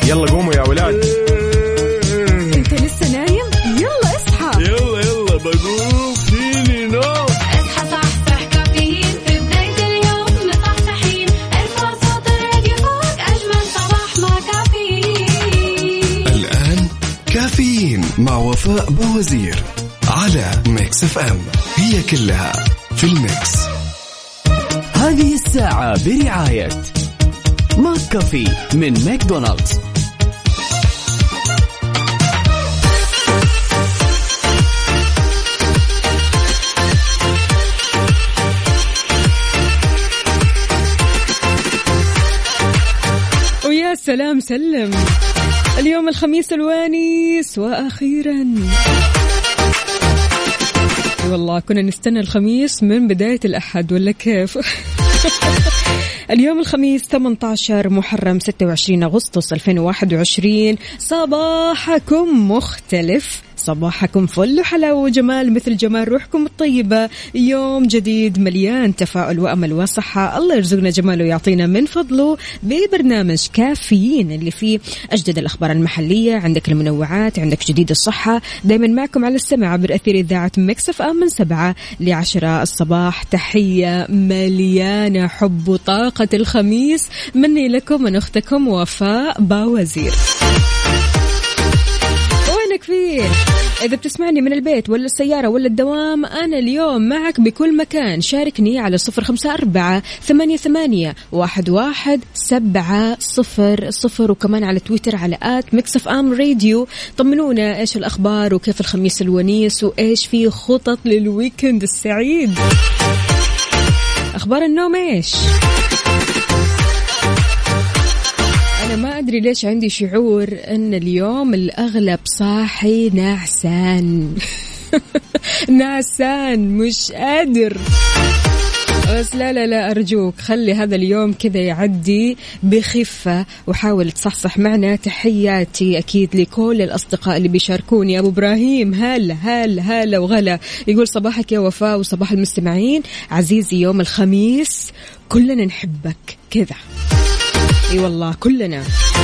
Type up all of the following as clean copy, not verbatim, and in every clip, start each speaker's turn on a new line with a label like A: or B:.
A: يلا قوموا يا ولاد.
B: انت لسه نايم؟ يلا اصحى.
A: يلا بقوم فيني نوم.
C: اصحى صحصح كافيين في بداية اليوم مصحصحين. ارفع صوت الراديو فوق أجمل صباح مع كافيين.
D: الآن كافيين مع وفاء بوزير على ميكس اف ام. هي كلها في الميكس.
E: هذه الساعة برعاية ماك كافي من ماكدونالدز.
B: ويا سلام سلم، اليوم الخميس الوانيس وأخيرا. والله كنا نستنى الخميس من بداية الأحد ولا كيف؟ اليوم الخميس 18 محرم 26 أغسطس 2021. صباحكم مختلف، صباحكم فل وحلاوة وجمال مثل جمال روحكم الطيبة. يوم جديد مليان تفاؤل وأمل وصحة. الله يرزقنا جماله ويعطينا من فضله ببرنامج كافيين اللي فيه أجدد الأخبار المحلية، عندك المنوعات، عندك جديد الصحة. دايما معكم على السمع عبر أثير إذاعة ميكس اف ام من 7 ل10 الصباح. تحية مليانة حب وطاقة الخميس مني لكم من أختكم وفاء باوزير. وينك فيه؟ إذا بتسمعني من البيت ولا السيارة ولا الدوام، أنا اليوم معك بكل مكان. شاركني على 0548811700 وكمان على تويتر على @mixfmradio. طمنونا إيش الأخبار وكيف الخميس الونيس وإيش في خطط للويكند السعيد. أخبار النوم إيش؟ أنا ما أدري ليش عندي شعور أن اليوم الأغلب صاحي نعسان. نعسان مش قادر. بس لا أرجوك خلي هذا اليوم كذا يعدي بخفة وحاول تصحصح معنا. تحياتي أكيد لكل الأصدقاء اللي بيشاركوني. أبو إبراهيم هلا وغلا يقول صباحك يا وفاء وصباح المستمعين. عزيزي يوم الخميس كلنا نحبك كذا. اي والله كلنا.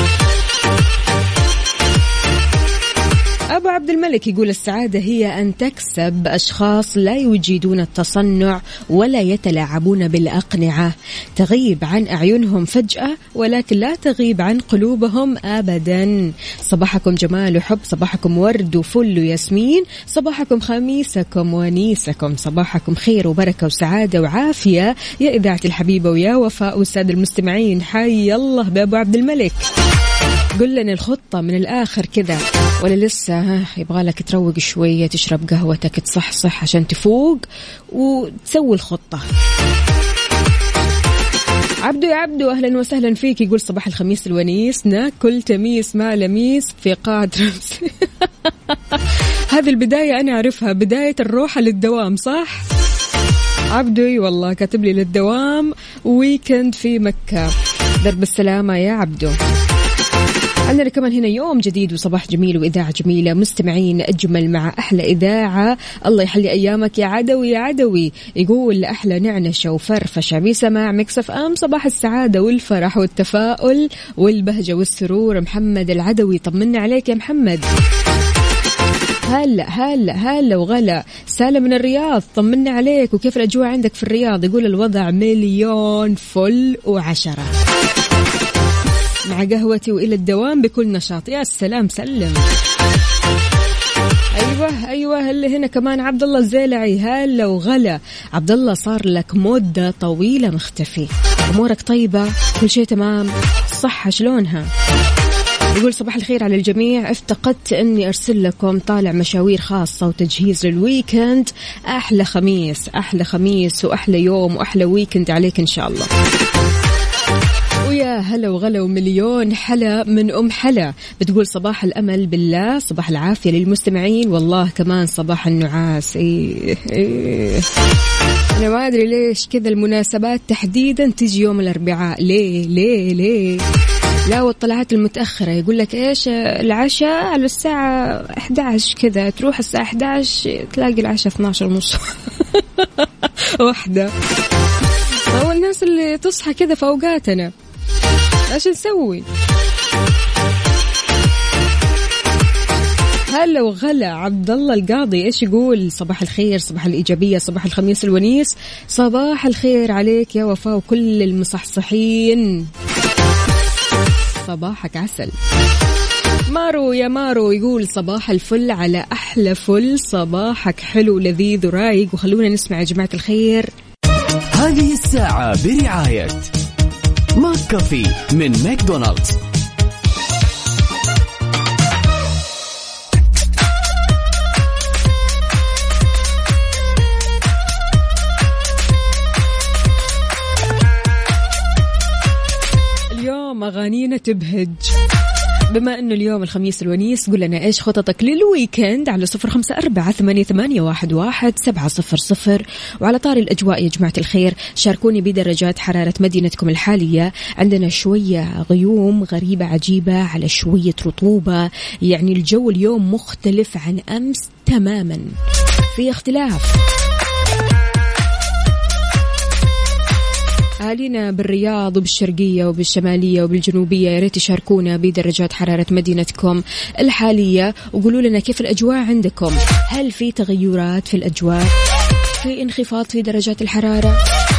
B: أبو عبد الملك يقول السعادة هي أن تكسب أشخاص لا يجيدون التصنع ولا يتلاعبون بالأقنعة، تغيب عن أعينهم فجأة ولكن لا تغيب عن قلوبهم أبدا. صباحكم جمال وحب، صباحكم ورد وفل وياسمين، صباحكم خميسكم ونيسكم، صباحكم خير وبركة وسعادة وعافية يا إذاعة الحبيبة ويا وفاء والسادة المستمعين. حي الله بأبو عبد الملك. قل لنا الخطة من الآخر كذا ولا لسه يبغالك تروق شوية، تشرب قهوتك، تصحصح عشان تفوق وتسوي الخطة. عبدو يا عبدو أهلا وسهلا فيك. يقول صباح الخميس الونيس، ناكل تميس مع لميس في قاعة رمسي. هذه البداية أنا أعرفها، بداية الروحة للدوام صح؟ عبدوي والله كاتب لي للدوام ويكند في مكة. درب السلامة يا عبدو. عندنا كمان هنا يوم جديد وصباح جميل وإذاعة جميلة، مستمعين أجمل مع أحلى إذاعة. الله يحلي أيامك يا عدوي يا عدوي. يقول أحلى نعنشة وفرفشة بسماع ميكس اف ام. صباح السعادة والفرح والتفاؤل والبهجة والسرور. محمد العدوي طمنا عليك يا محمد. هلا وغلا. سالم من الرياض طمنا عليك وكيف الأجواء عندك في الرياض. يقول الوضع مليون فل وعشرة مع قهوتي وإلى الدوام بكل نشاط. يا سلام سلم. أيوة اللي هنا كمان عبد الله الزيلعي. هلا وغلا عبد الله، صار لك مدة طويلة مختفي، أمورك طيبة؟ كل شيء تمام؟ الصحة شلونها؟ يقول صباح الخير على الجميع، افتقدت أني أرسل لكم طالع مشاوير خاصة وتجهيز للويكند. أحلى خميس وأحلى يوم وأحلى ويكند عليك إن شاء الله. ويا هلا وغلا ومليون حلا من أم حلا. بتقول صباح الأمل بالله، صباح العافية للمستمعين، والله كمان صباح النعاس. إيه. أنا ما أدري ليش كذا المناسبات تحديدا تيجي يوم الأربعاء. ليه لا، والطلعات المتأخرة يقول لك إيش العشاء على الساعة 11 كذا، تروح الساعة 11 تلاقي العشاء 12:30 واحدة. هو الناس اللي تصحى كذا في أوقاتنا ايش نسوي؟ هلا وغلا. عبد الله القاضي ايش يقول؟ صباح الخير، صباح الإيجابية، صباح الخميس الونيس، صباح الخير عليك يا وفاء وكل المصحصحين، صباحك عسل. مارو يا مارو يقول صباح الفل على أحلى فل، صباحك حلو لذيذ ورايق. وخلونا نسمع يا جماعة الخير.
E: هذه الساعة برعاية ماك كافي من ماكدونالدز.
B: اليوم أغانينا تبهج. بما أنه اليوم الخميس الونيس، قل لنا إيش خططك للويكند على 0548811700. وعلى طاري الأجواء يا جماعة الخير، شاركوني بدرجات حرارة مدينتكم الحالية. عندنا شوية غيوم غريبة عجيبة على شوية رطوبة، يعني الجو اليوم مختلف عن أمس تماما، في اختلاف. أهالينا بالرياض وبالشرقية وبالشمالية وبالجنوبية، يا ريت تشاركونا بدرجات حرارة مدينتكم الحالية، وقولوا لنا كيف الأجواء عندكم. هل في تغيرات في الأجواء؟ في انخفاض في درجات الحرارة؟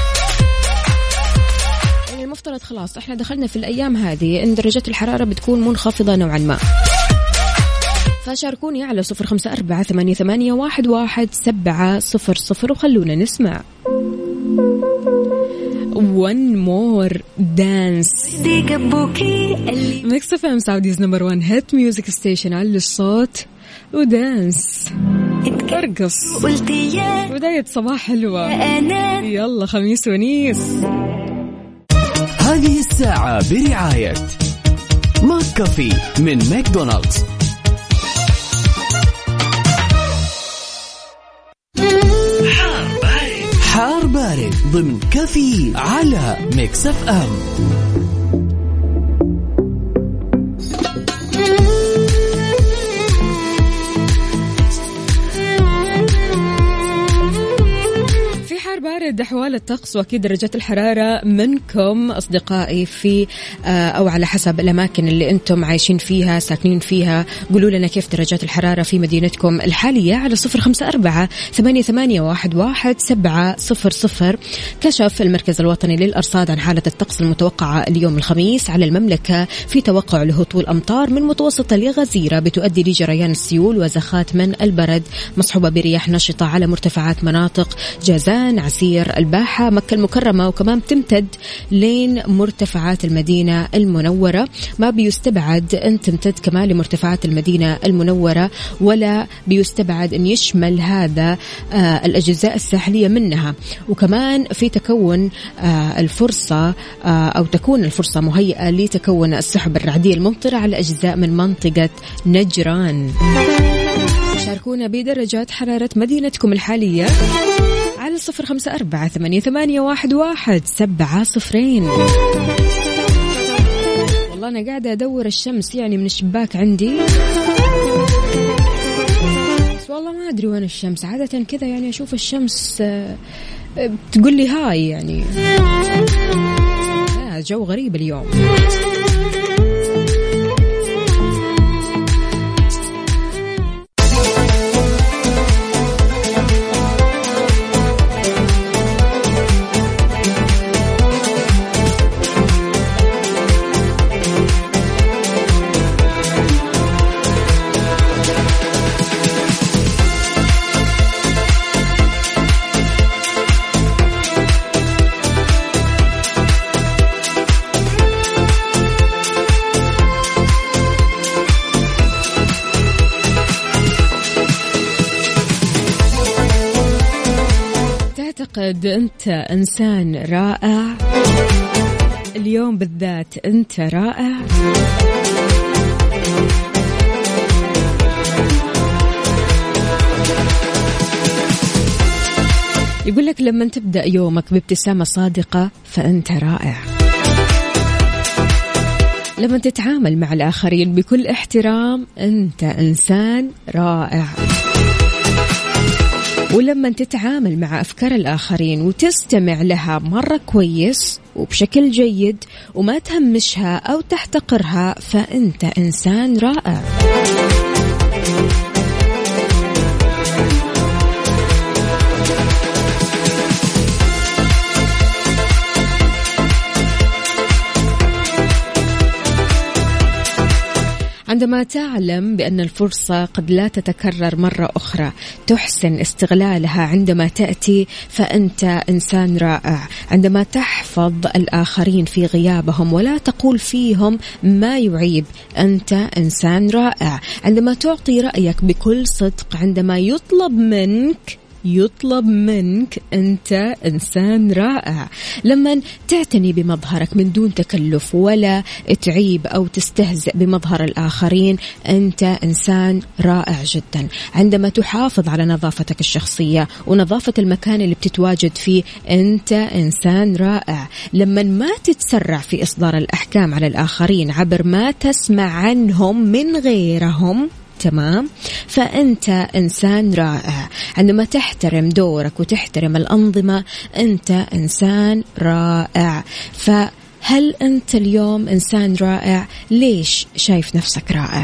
B: يعني المفترض خلاص احنا دخلنا في الأيام هذه إن درجات الحرارة بتكون منخفضة نوعا ما. فشاركوني على 0548811700 وخلونا نسمع One more dance. ميكس اف ام سعوديز نمبر 1 هيت ميوزك ستيشن على الصوت ودانس. ارقص، بداية صباح حلوة، يلا خميس ونيس.
E: هذه الساعة برعاية ماك كافي من ماكدونالدز. حار بارد ضمن كافي على ميكس اف ام.
B: بارد أحوال الطقس وأكيد درجات الحرارة منكم أصدقائي في أو على حسب الأماكن اللي أنتم عايشين فيها ساكنين فيها. قولوا لنا كيف درجات الحرارة في مدينتكم الحالية على 0548811700. كشف المركز الوطني للأرصاد عن حالة الطقس المتوقعة اليوم الخميس على المملكة، في توقع لهطول أمطار من متوسطة لغزيرة بتؤدي لجريان السيول وزخات من البرد مصحوبة برياح نشطة على مرتفعات مناطق جازان، عسير، الباحة، مكة المكرمة، وكمان تمتد لين مرتفعات المدينة المنورة. ما بيستبعد أن تمتد كمان لمرتفعات المدينة المنورة، ولا بيستبعد أن يشمل هذا الأجزاء الساحلية منها. وكمان في تكون الفرصة أو تكون الفرصة مهيئة لتكون السحب الرعدية الممطرة على أجزاء من منطقة نجران. شاركونا بدرجات حرارة مدينتكم الحالية على 0548811700. والله أنا قاعدة أدور الشمس يعني من الشباك عندي، بس والله ما أدري وين الشمس. عادة كذا يعني أشوف الشمس تقول لي هاي، يعني جو غريب اليوم. تعتقد أنت إنسان رائع؟ اليوم بالذات أنت رائع؟ يقول لك لما تبدأ يومك بابتسامة صادقة فأنت رائع. لما تتعامل مع الآخرين بكل احترام أنت إنسان رائع. ولما تتعامل مع أفكار الآخرين وتستمع لها مرة كويس وبشكل جيد وما تهمشها أو تحتقرها فأنت إنسان رائع. عندما تعلم بأن الفرصة قد لا تتكرر مرة أخرى تحسن استغلالها عندما تأتي، فأنت إنسان رائع. عندما تحفظ الآخرين في غيابهم ولا تقول فيهم ما يعيب، أنت إنسان رائع. عندما تعطي رأيك بكل صدق عندما يطلب منك أنت إنسان رائع. لما تعتني بمظهرك من دون تكلف ولا تعيب أو تستهزئ بمظهر الآخرين، أنت إنسان رائع جدا. عندما تحافظ على نظافتك الشخصية ونظافة المكان اللي بتتواجد فيه، أنت إنسان رائع. لما ما تتسرع في إصدار الأحكام على الآخرين عبر ما تسمع عنهم من غيرهم، تمام، فأنت إنسان رائع. عندما تحترم دورك وتحترم الأنظمة، أنت إنسان رائع. فهل أنت اليوم إنسان رائع؟ ليش شايف نفسك رائع؟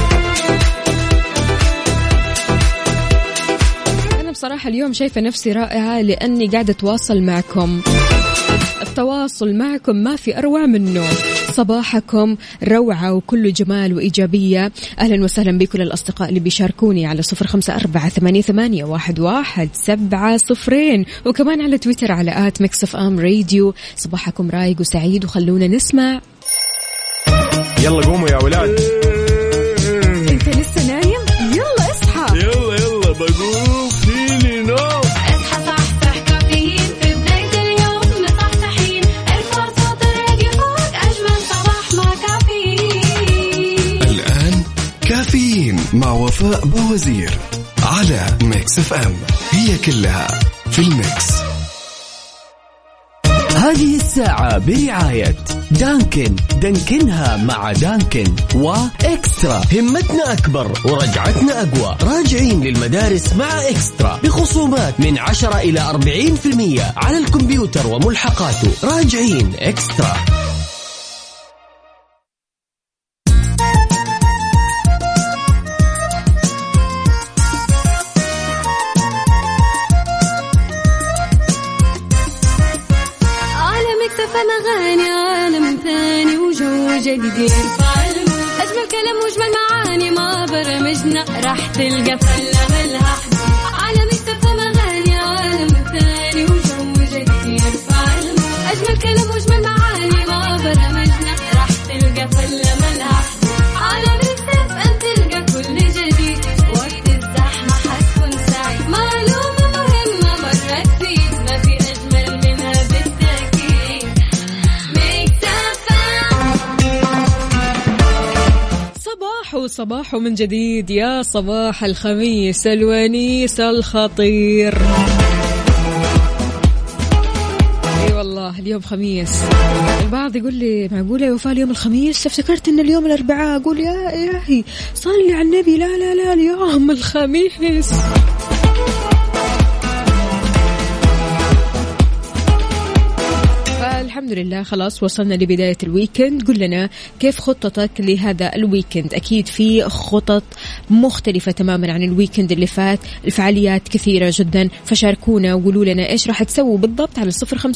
B: أنا بصراحة اليوم شايفة نفسي رائعة لأني قاعدة أتواصل معكم. التواصل معكم ما في أروع منه. صباحكم روعة وكله جمال وإيجابية. أهلا وسهلا بكل الأصدقاء اللي بيشاركوني على 0548811700 وكمان على تويتر على @mixfmradio. صباحكم رايق وسعيد وخلونا نسمع.
A: يلا قوموا يا ولاد.
B: انت لسه نايم؟ يلا اصحى.
A: يلا بقوم فيني نوم.
C: اصحى صحصح كافيين في بداية اليوم مصحصحين، ارفع صوت الراديو فوق أجمل صباح مع كافيين.
D: الآن كافيين مع وفاء بوزير على ميكس اف ام، هي كلها في الميكس.
E: هذه الساعة برعاية دانكنها مع دانكن وإكسترا. همتنا أكبر ورجعتنا أقوى. راجعين للمدارس مع إكسترا بخصومات من 10 إلى 40% على الكمبيوتر وملحقاته. راجعين إكسترا.
C: أغاني عالم ثاني وجو جديد، أجمل كلام وأجمل معاني ما برمجنا راح تلقى فلة ملها على مكتب أغاني عالم ثاني وجو جديد، أجمل كلام وأجمل معاني ما برمجنا راح تلقى فلة ملها على مكتب أن تلقى كل جديد. وقت الزحمة حتكون سعيد، معلومة مهمة مرة تفيد، ما في أجمل منها بالتأكيد.
B: صباح من جديد، يا صباح الخميس الونيس الخطير. اي والله اليوم خميس. البعض يقول لي معقولة يا وفاء اليوم الخميس؟ افتكرت ان اليوم الاربعاء. اقول يا إلهي صلي على النبي، لا اليوم الخميس. الحمد لله خلاص وصلنا لبداية الويكند. قل لنا كيف خطتك لهذا الويكند؟ أكيد في خطط مختلفة تماما عن الويكند اللي فات، الفعاليات كثيرة جدا، فشاركونا وقولوا لنا إيش راح تسووا بالضبط على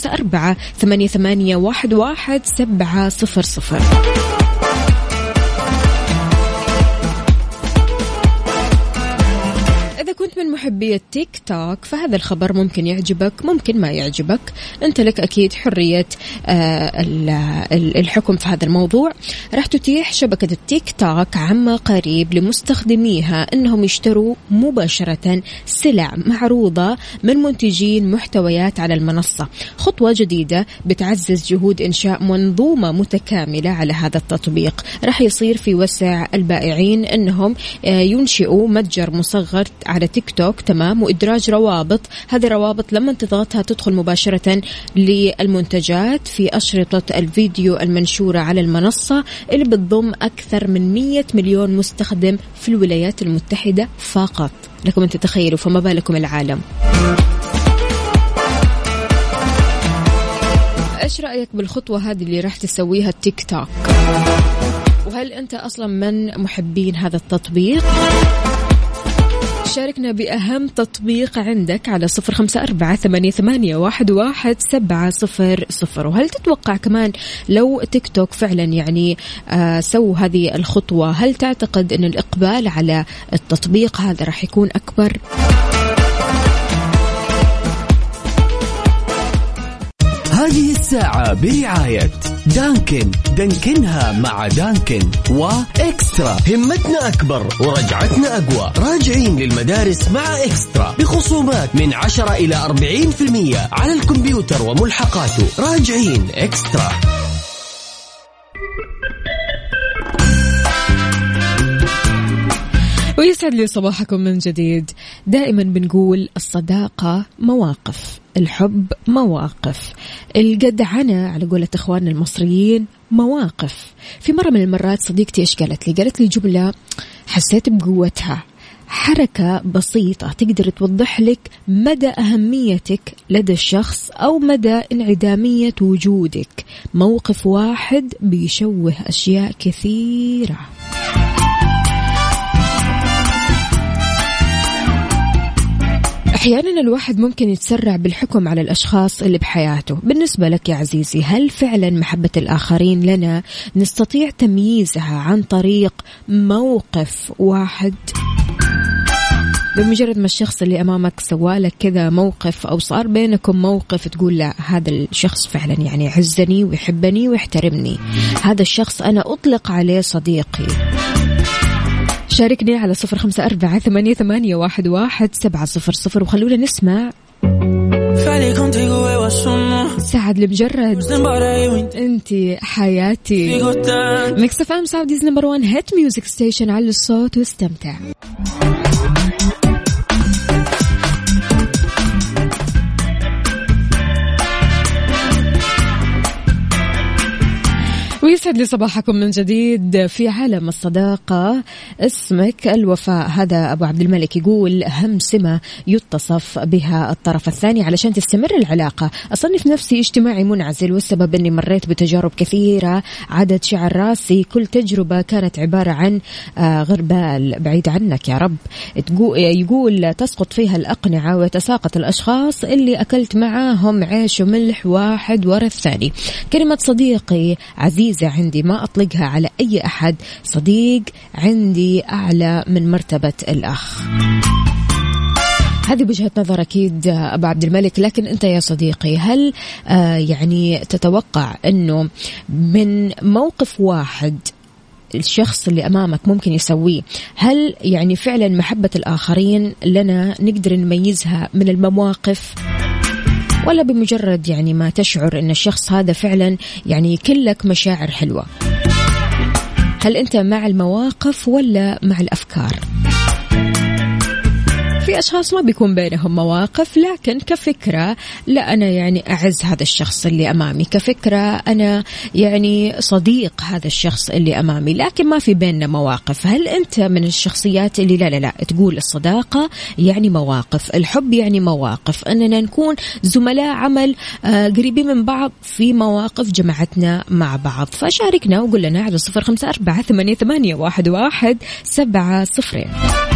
B: 0548811700. إذا كنت من محبي التيك توك فهذا الخبر ممكن يعجبك ممكن ما يعجبك، أنت لك أكيد حرية الحكم في هذا الموضوع. راح تتيح شبكة التيك توك عما قريب لمستخدميها أنهم يشتروا مباشرة سلع معروضة من منتجين محتويات على المنصة. خطوة جديدة بتعزز جهود إنشاء منظومة متكاملة على هذا التطبيق. راح يصير في وسع البائعين أنهم ينشئوا متجر مصغر على تيك توك، تمام، وإدراج روابط. هذه الروابط لما تضغطها تدخل مباشرة للمنتجات في أشرطة الفيديو المنشورة على المنصة اللي بتضم أكثر من 100 مليون مستخدم في الولايات المتحدة فقط. لكم أن تتخيلوا، فما بالكم العالم. إيش رأيك بالخطوة هذه اللي راح تسويها التيك توك؟ وهل أنت أصلا من محبين هذا التطبيق؟ شاركنا بأهم تطبيق عندك على 0548811700. وهل تتوقع كمان لو تيك توك فعلا يعني سووا هذه الخطوة، هل تعتقد أن الإقبال على التطبيق هذا راح يكون أكبر؟
E: هذه الساعة برعاية دانكن، دانكنها مع دانكن، وإكسترا، همتنا أكبر ورجعتنا أقوى. راجعين للمدارس مع إكسترا بخصومات من 10 إلى 40% على الكمبيوتر وملحقاته. راجعين إكسترا.
B: ويسعد لي صباحكم من جديد. دائما بنقول الصداقة مواقف، الحب مواقف، الجدعنة على قولة إخواننا المصريين مواقف. في مرة من المرات صديقتي إيش قالت لي جملة حسيت بقوتها، حركة بسيطة تقدر توضح لك مدى أهميتك لدى الشخص أو مدى انعدامية وجودك. موقف واحد بيشوه أشياء كثيرة. أحيانا الواحد ممكن يتسرع بالحكم على الأشخاص اللي بحياته. بالنسبة لك يا عزيزي، هل فعلا محبة الآخرين لنا نستطيع تمييزها عن طريق موقف واحد؟ بمجرد ما الشخص اللي أمامك سوالك كذا موقف أو صار بينكم موقف تقول لا، هذا الشخص فعلا يعني عزني ويحبني ويحترمني، هذا الشخص أنا أطلق عليه صديقي. شاركني على 0548811700 وخلونا نسمع سعد المجرد انتي حياتي. ميكس اف ام سعوديز نمبر 1 هيت ميوزك ستيشن، على الصوت واستمتع. ويسعد لي صباحكم من جديد. في عالم الصداقة اسمك الوفاء. هذا أبو عبد الملك يقول أهم سمة يتصف بها الطرف الثاني علشان تستمر العلاقة. أصنف نفسي اجتماعي منعزل، والسبب أني مريت بتجارب كثيرة، عدد شعر راسي، كل تجربة كانت عبارة عن غربال بعيد عنك يا رب. يقول تسقط فيها الأقنعة ويتساقط الأشخاص اللي أكلت معاهم عيش وملح واحد ورا الثاني. كلمة صديقي عزيز عندي ما أطلقها على أي أحد. صديق عندي أعلى من مرتبة الأخ. هذه وجهة نظر أكيد أبو عبد الملك، لكن أنت يا صديقي هل يعني تتوقع أنه من موقف واحد الشخص اللي أمامك ممكن يسويه، هل يعني فعلا محبة الآخرين لنا نقدر نميزها من المواقف، ولا بمجرد يعني ما تشعر أن الشخص هذا فعلا يعني كلك مشاعر حلوة؟ هل أنت مع المواقف ولا مع الأفكار؟ في أشخاص ما بيكون بينهم مواقف، لكن كفكرة لا، أنا يعني أعز هذا الشخص اللي أمامي، كفكرة أنا يعني صديق هذا الشخص اللي أمامي، لكن ما في بيننا مواقف. هل أنت من الشخصيات اللي لا تقول الصداقة يعني مواقف، الحب يعني مواقف، أننا نكون زملاء عمل قريبين من بعض في مواقف جمعتنا مع بعض؟ فشاركنا وقول لنا على 0548811700.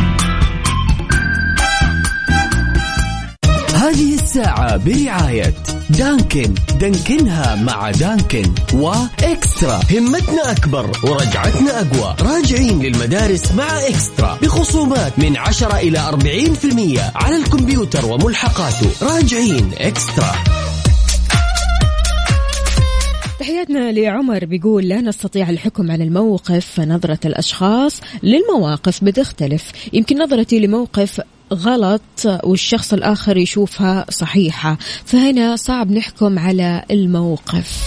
E: هذه الساعة برعاية دانكن، دانكنها مع دانكن، وإكسترا، همتنا أكبر ورجعتنا أقوى. راجعين للمدارس مع إكسترا بخصومات من 10 إلى 40% على الكمبيوتر وملحقاته. راجعين إكسترا.
B: تحياتنا لعمر بيقول لا نستطيع الحكم على الموقف، فنظرة الأشخاص للمواقف بتختلف. يمكن نظرتي لموقف غلط والشخص الآخر يشوفها صحيحة، فهنا صعب نحكم على الموقف.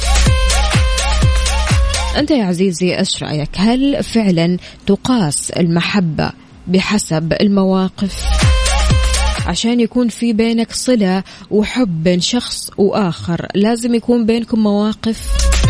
B: أنت يا عزيزي إيش رأيك؟ هل فعلا تقاس المحبة بحسب المواقف عشان يكون في بينك صلة وحب بين شخص وآخر؟ لازم يكون بينكم مواقف؟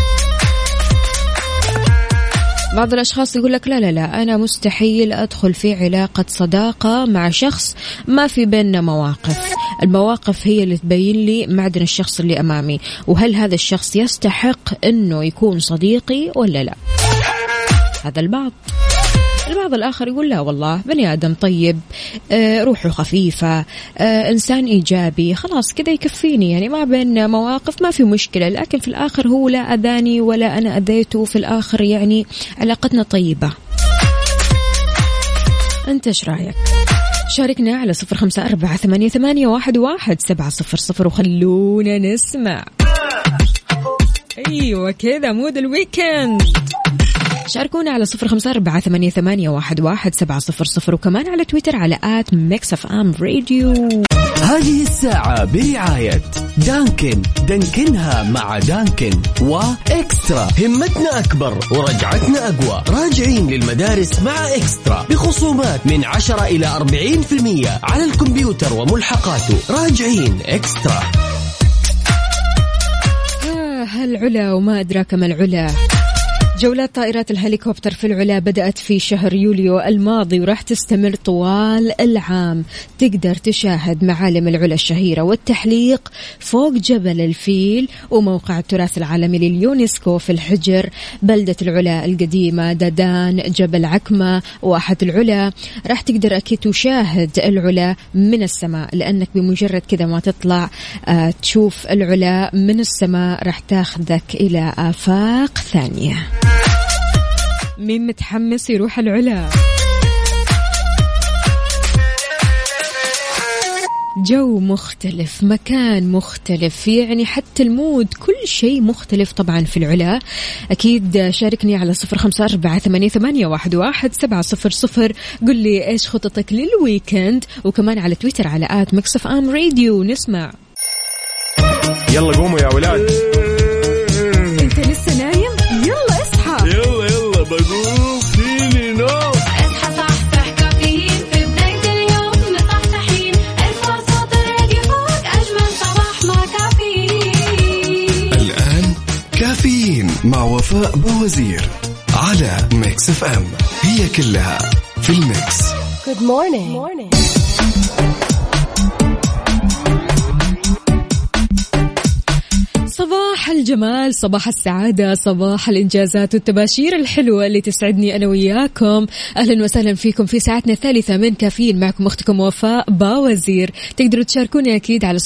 B: بعض الأشخاص يقول لك لا أنا مستحيل أدخل في علاقة صداقة مع شخص ما في بيننا مواقف. المواقف هي اللي تبين لي معدن الشخص اللي أمامي، وهل هذا الشخص يستحق أنه يكون صديقي ولا لا. هذا البعض. البعض الآخر يقول لا والله بني آدم طيب، روحه خفيفة، إنسان إيجابي، خلاص كذا يكفيني، يعني ما بين مواقف ما في مشكلة. لكن في الآخر هو لا أذاني ولا أنا أذيته، في الآخر يعني علاقتنا طيبة. أنت إيش رأيك؟ شاركنا على 0548811700 وخلونا نسمع. أيوة كذا مود الويكند. شاركونا على 0548811700 وكمان على تويتر على @mixfmradio.
E: هذه الساعة برعاية دانكن، دانكنها مع دانكن، وإكسترا همتنا أكبر ورجعتنا أقوى. راجعين للمدارس مع إكسترا بخصومات من 10 إلى 40% على الكمبيوتر وملحقاته. راجعين إكسترا.
B: العلا وما أدراك ما العلا. جولات طائرات الهليكوبتر في العلا بدأت في شهر يوليو الماضي وراح تستمر طوال العام. تقدر تشاهد معالم العلا الشهيرة والتحليق فوق جبل الفيل وموقع التراث العالمي لليونسكو في الحجر، بلدة العلا القديمة، دادان، جبل عكمة، واحة العلا. راح تقدر أكيد تشاهد العلا من السماء، لأنك بمجرد كذا ما تطلع تشوف العلا من السماء راح تاخذك إلى آفاق ثانية. مين متحمس يروح العلا؟ جو مختلف، مكان مختلف، يعني حتى المود، كل شيء مختلف طبعا في العلا. أكيد شاركني على 0548811700. قل لي إيش خططك للويكند، وكمان على تويتر على @mixfmradio. نسمع.
A: يلا قوموا يا ولاد.
B: انت لسه نايم؟ يلا اصحى.
A: يلا بقوم فيني نوم.
C: اصحى صحصح كافيين في بداية اليوم مصحصحين، الفرصة تراقي فوق أجمل صباح مع كافيين.
D: الآن كافيين مع وفاء بوزير على ميكس اف ام، هي كلها في الميكس.
F: Good morning.
B: صباح الجمال، صباح السعادة، صباح الإنجازات والتباشير الحلوة اللي تسعدني أنا وياكم. أهلا وسهلا فيكم في ساعتنا الثالثة من كافيين، معكم أختكم وفاء باوزير. تقدروا تشاركوني أكيد على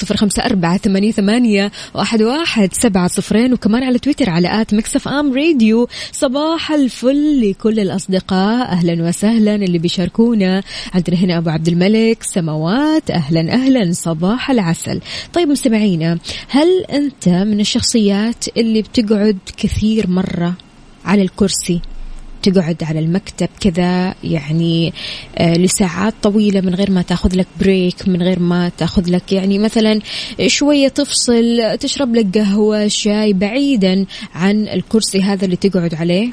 B: 0548811700 وكمان على تويتر على @mixfmradio. صباح الفل لكل الأصدقاء، أهلا وسهلا اللي بيشاركونا. عندنا هنا أبو عبد الملك، سماوات، أهلا صباح العسل. طيب مستمعينا، هل أنت من الشخصيات اللي بتقعد كثير مرة على الكرسي، تقعد على المكتب كذا يعني لساعات طويلة من غير ما تاخذ لك بريك، من غير ما تاخذ لك يعني مثلا شوية تفصل، تشرب لك قهوة، شاي، بعيدا عن الكرسي هذا اللي تقعد عليه؟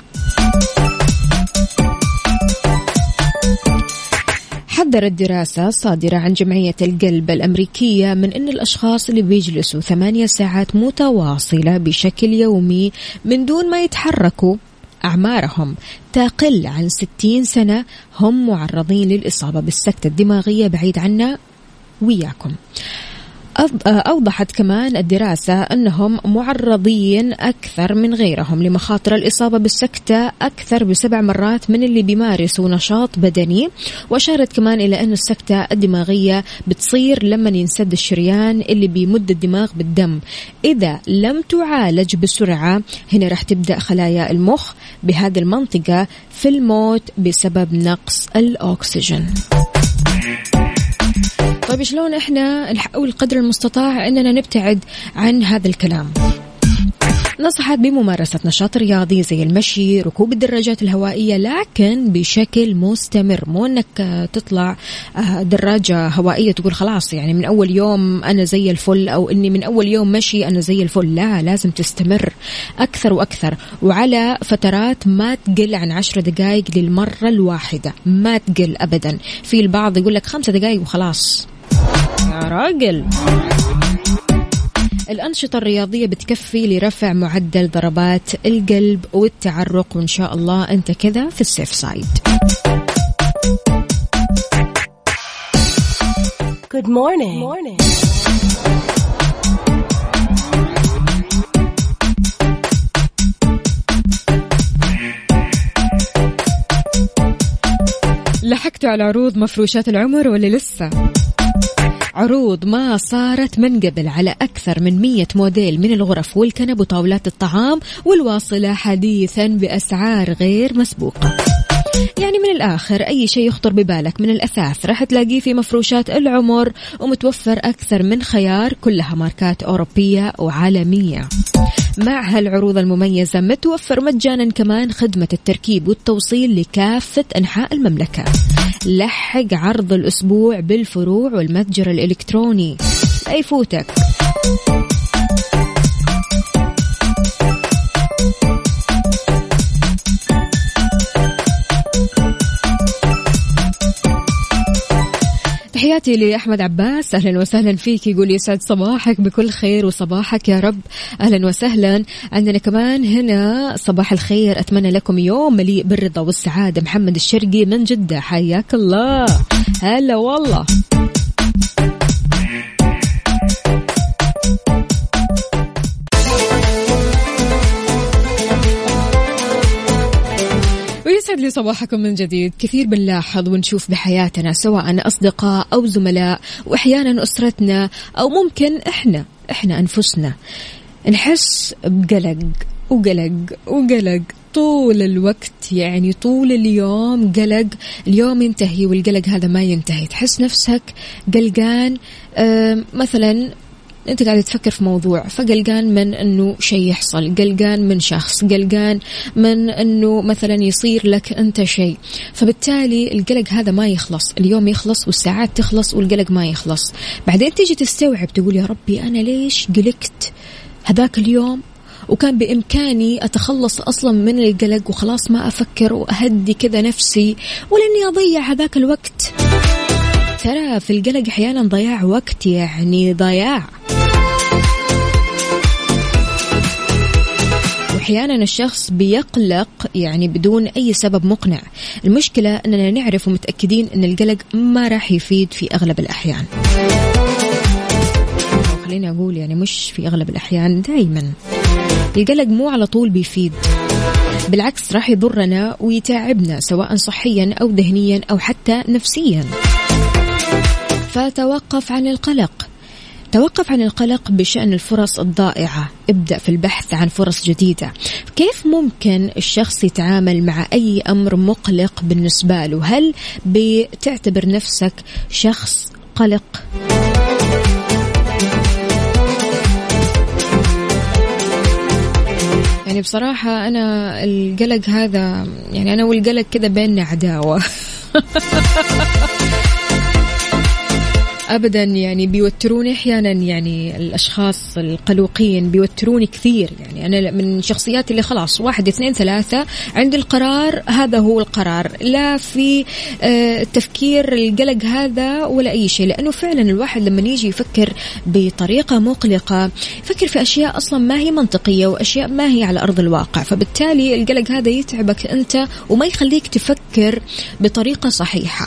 B: حذرت دراسة صادرة عن جمعية القلب الأمريكية من أن الأشخاص اللي بيجلسوا 8 ساعات متواصلة بشكل يومي من دون ما يتحركوا أعمارهم تقل عن 60 سنة هم معرضين للإصابة بالسكتة الدماغية بعيد عنا وياكم. أوضحت كمان الدراسة أنهم معرضين أكثر من غيرهم لمخاطر الإصابة بالسكتة أكثر ب7 مرات من اللي بيمارسوا نشاط بدني. وأشارت كمان إلى أن السكتة الدماغية بتصير لما ينسد الشريان اللي بيمد الدماغ بالدم. إذا لم تعالج بسرعة هنا راح تبدأ خلايا المخ بهذه المنطقة في الموت بسبب نقص الأكسجين. طيب شلون احنا نحاول قدر المستطاع اننا نبتعد عن هذا الكلام؟ نصحت بممارسة نشاط رياضي زي المشي، ركوب الدراجات الهوائية، لكن بشكل مستمر. مو انك تطلع دراجة هوائية تقول خلاص يعني من اول يوم انا زي الفل، او اني من اول يوم مشي انا زي الفل. لا، لازم تستمر اكثر واكثر، وعلى فترات ما تقل عن 10 دقائق للمرة الواحدة، ما تقل ابدا. في البعض يقول لك 5 دقائق وخلاص. يا راجل، الأنشطة الرياضية بتكفي لرفع معدل ضربات القلب والتعرق، وإن شاء الله أنت كذا في السيف سايد.
F: Good morning.
B: لحقتوا على عروض مفروشات العمر ولا لسه؟ عروض ما صارت من قبل على أكثر من 100 موديل من الغرف والكنب وطاولات الطعام، والواصلة حديثا بأسعار غير مسبوقة. يعني من الآخر أي شيء يخطر ببالك من الأثاث راح تلاقيه في مفروشات العمر، ومتوفر أكثر من خيار، كلها ماركات أوروبية وعالمية. مع هالعروض المميزة متوفر مجانا كمان خدمة التركيب والتوصيل لكافة أنحاء المملكة. لحق عرض الأسبوع بالفروع والمتجر الإلكتروني، لا يفوتك. تحياتي لأحمد عباس، أهلا وسهلا فيك. يقول يسعد صباحك بكل خير وصباحك يا رب. أهلا وسهلا. عندنا كمان هنا صباح الخير، أتمنى لكم يوم مليء بالرضا والسعادة. محمد الشرقي من جدة، حياك الله. هلا والله. ويسعد لي صباحكم من جديد. كثير بنلاحظ ونشوف بحياتنا سواء أصدقاء أو زملاء وأحيانا أسرتنا أو ممكن إحنا أنفسنا نحس بقلق وقلق طول الوقت، يعني طول اليوم قلق. اليوم ينتهي والقلق هذا ما ينتهي، تحس نفسك قلقان. مثلا أنت قاعد تفكر في موضوع، فقلقان من أنه شيء يحصل، قلقان من شخص، قلقان من أنه مثلا يصير لك أنت شيء، فبالتالي القلق هذا ما يخلص. اليوم يخلص والساعات تخلص والقلق ما يخلص. بعدين تيجي تستوعب تقول يا ربي أنا ليش قلقت هذاك اليوم، وكان بإمكاني أتخلص أصلا من القلق وخلاص ما أفكر وأهدي كذا نفسي، ولأني أضيع هذاك الوقت. ترى في القلق أحيانا ضياع وقت، يعني ضياع. وأحيانا الشخص بيقلق يعني بدون أي سبب مقنع. المشكلة أننا نعرف ومتأكدين أن القلق ما راح يفيد في أغلب الأحيان. خليني أقول يعني مش في أغلب الأحيان، دايما القلق مو على طول بيفيد، بالعكس راح يضرنا ويتعبنا سواء صحيا أو ذهنيا أو حتى نفسيا. فتوقف عن القلق. توقف عن القلق بشأن الفرص الضائعة، ابدأ في البحث عن فرص جديدة. كيف ممكن الشخص يتعامل مع أي أمر مقلق بالنسبة له؟ هل بتعتبر نفسك شخص قلق؟ يعني بصراحة أنا القلق هذا، يعني أنا والقلق كده بيننا عداوة. أبدا، يعني بيوتروني أحيانا، يعني الأشخاص القلقين بيوتروني كثير. يعني أنا من شخصياتي اللي خلاص 1 2 3 عند القرار، هذا هو القرار، لا في تفكير القلق هذا ولا أي شيء. لأنه فعلا الواحد لما يجي يفكر بطريقة مقلقة يفكر في أشياء أصلا ما هي منطقية وأشياء ما هي على أرض الواقع، فبالتالي القلق هذا يتعبك أنت وما يخليك تفكر بطريقة صحيحة.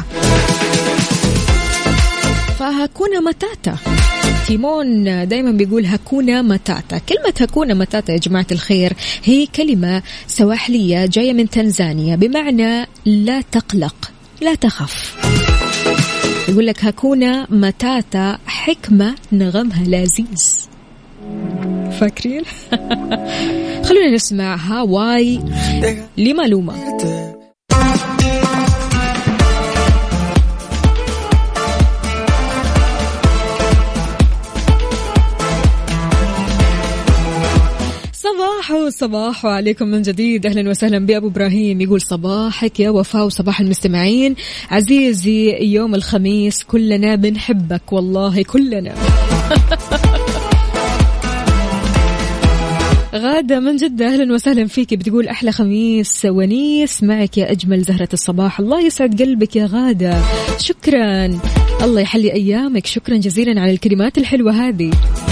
B: فهكونا متاتا، تيمون دايما بيقول هكونا متاتا. كلمة هكونا متاتا يا جماعة الخير هي كلمة سواحلية جاية من تنزانيا بمعنى لا تقلق لا تخف. يقول لك هكونا متاتا، حكمة نغمها لذيذ. فاكرين؟ خلونا نسمع هاواي لمالوما. صباح عليكم من جديد. أهلا وسهلا بأبو إبراهيم، يقول صباحك يا وفاء وصباح المستمعين. عزيزي يوم الخميس كلنا بنحبك، والله كلنا. غادة من جدة أهلا وسهلا فيك، بتقول أحلى خميس ونيس معك يا أجمل زهرة الصباح. الله يسعد قلبك يا غادة، شكرا، الله يحلي أيامك، شكرا جزيلا على الكلمات الحلوة هذه.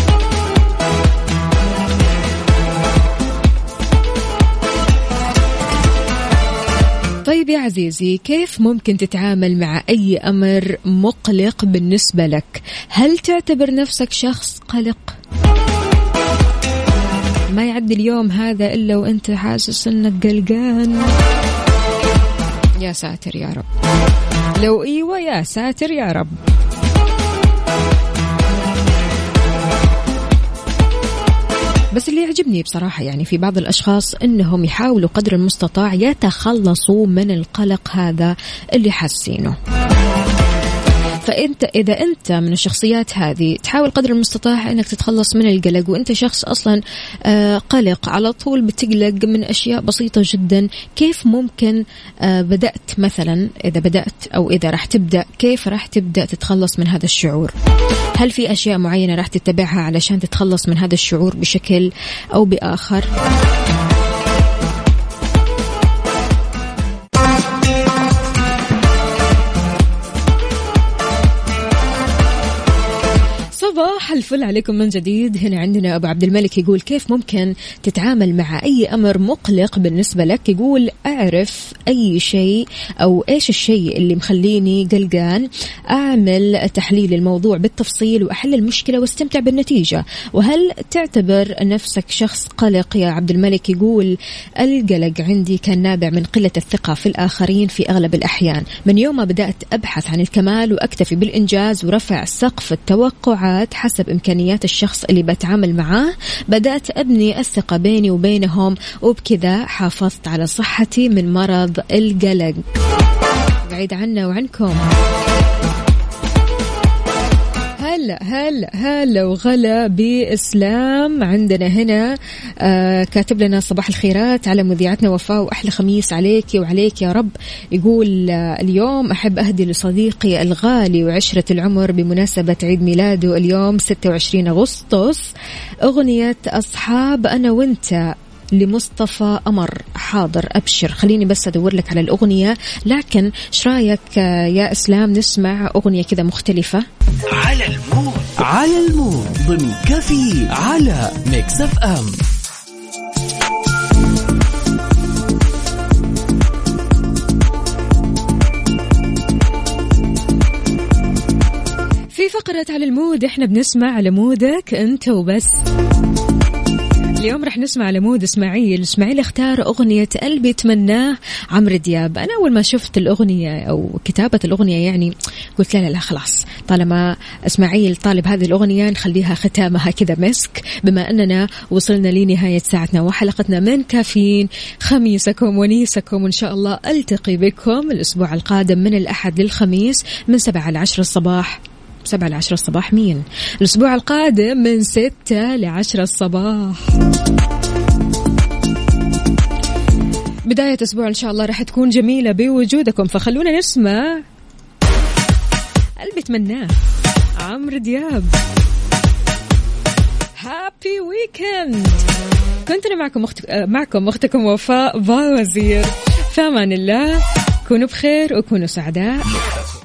B: طيب يا عزيزي، كيف ممكن تتعامل مع أي أمر مقلق بالنسبة لك؟ هل تعتبر نفسك شخص قلق؟ ما يعدي اليوم هذا إلا وأنت حاسس أنك قلقان. يا ساتر يا رب، لو ايوه يا ساتر يا رب. بس اللي يعجبني بصراحة يعني في بعض الأشخاص أنهم يحاولوا قدر المستطاع يتخلصوا من القلق هذا اللي حاسينه. فأنت إذا أنت من الشخصيات هذه تحاول قدر المستطاع أنك تتخلص من القلق، وأنت شخص أصلا قلق على طول بتقلق من أشياء بسيطة جدا، كيف ممكن بدأت مثلا إذا بدأت أو إذا راح تبدأ كيف راح تبدأ تتخلص من هذا الشعور؟ هل في أشياء معينة راح تتبعها علشان تتخلص من هذا الشعور بشكل أو بآخر؟ صباح الفل عليكم من جديد. هنا عندنا أبو عبد الملك يقول كيف ممكن تتعامل مع أي أمر مقلق بالنسبة لك؟ يقول أعرف أي شيء أو إيش الشيء اللي مخليني قلقان، أعمل تحليل الموضوع بالتفصيل وأحل المشكلة واستمتع بالنتيجة. وهل تعتبر نفسك شخص قلق يا عبد الملك؟ يقول القلق عندي كان نابع من قلة الثقة في الآخرين في أغلب الأحيان. من يوم ما بدأت أبحث عن الكمال وأكتفي بالإنجاز ورفع سقف التوقعات حسب إمكانيات الشخص اللي بتعامل معاه، بدأت أبني الثقة بيني وبينهم، وبكذا حافظت على صحتي من مرض القلق. بعيد عنا وعنكم. هلا وغلا بإسلام عندنا هنا كاتب لنا صباح الخيرات على مذيعتنا وفاء، وأحلى خميس عليك وعليك يا رب. يقول اليوم أحب أهدي لصديقي الغالي وعشرة العمر بمناسبة عيد ميلاده اليوم 26 أغسطس أغنية أصحاب أنا وانت لمصطفى أمر. حاضر أبشر، خليني بس أدور لك على الأغنية. لكن إيش رأيك يا إسلام نسمع أغنية كذا مختلفة؟
E: على المود ضمن كافيين على ميكس اف ام.
B: في فقرة على المود احنا بنسمع على مودك انت وبس. اليوم رح نسمع على مود إسماعيل اختار أغنية قلبي تمناه عمرو دياب. أنا أول ما شفت الأغنية أو كتابة الأغنية يعني قلت لا خلاص، طالما إسماعيل طالب هذه الأغنية نخليها ختامها كذا مسك، بما أننا وصلنا لنهاية ساعتنا وحلقتنا من كافيين. خميسكم ونيسكم، وإن شاء الله ألتقي بكم الأسبوع القادم من الأحد للخميس من 7 ل 10 الصباح. 7 ل 10 الصباح مين؟ الأسبوع القادم من 6 ل 10 الصباح. بداية أسبوع إن شاء الله راح تكون جميلة بوجودكم، فخلونا نسمع قلبي تمناه عمرو دياب. هابي ويكند. كنت أنا معكم أختكم وفاء باوزير. في أمان الله، كونوا بخير وكونوا سعداء.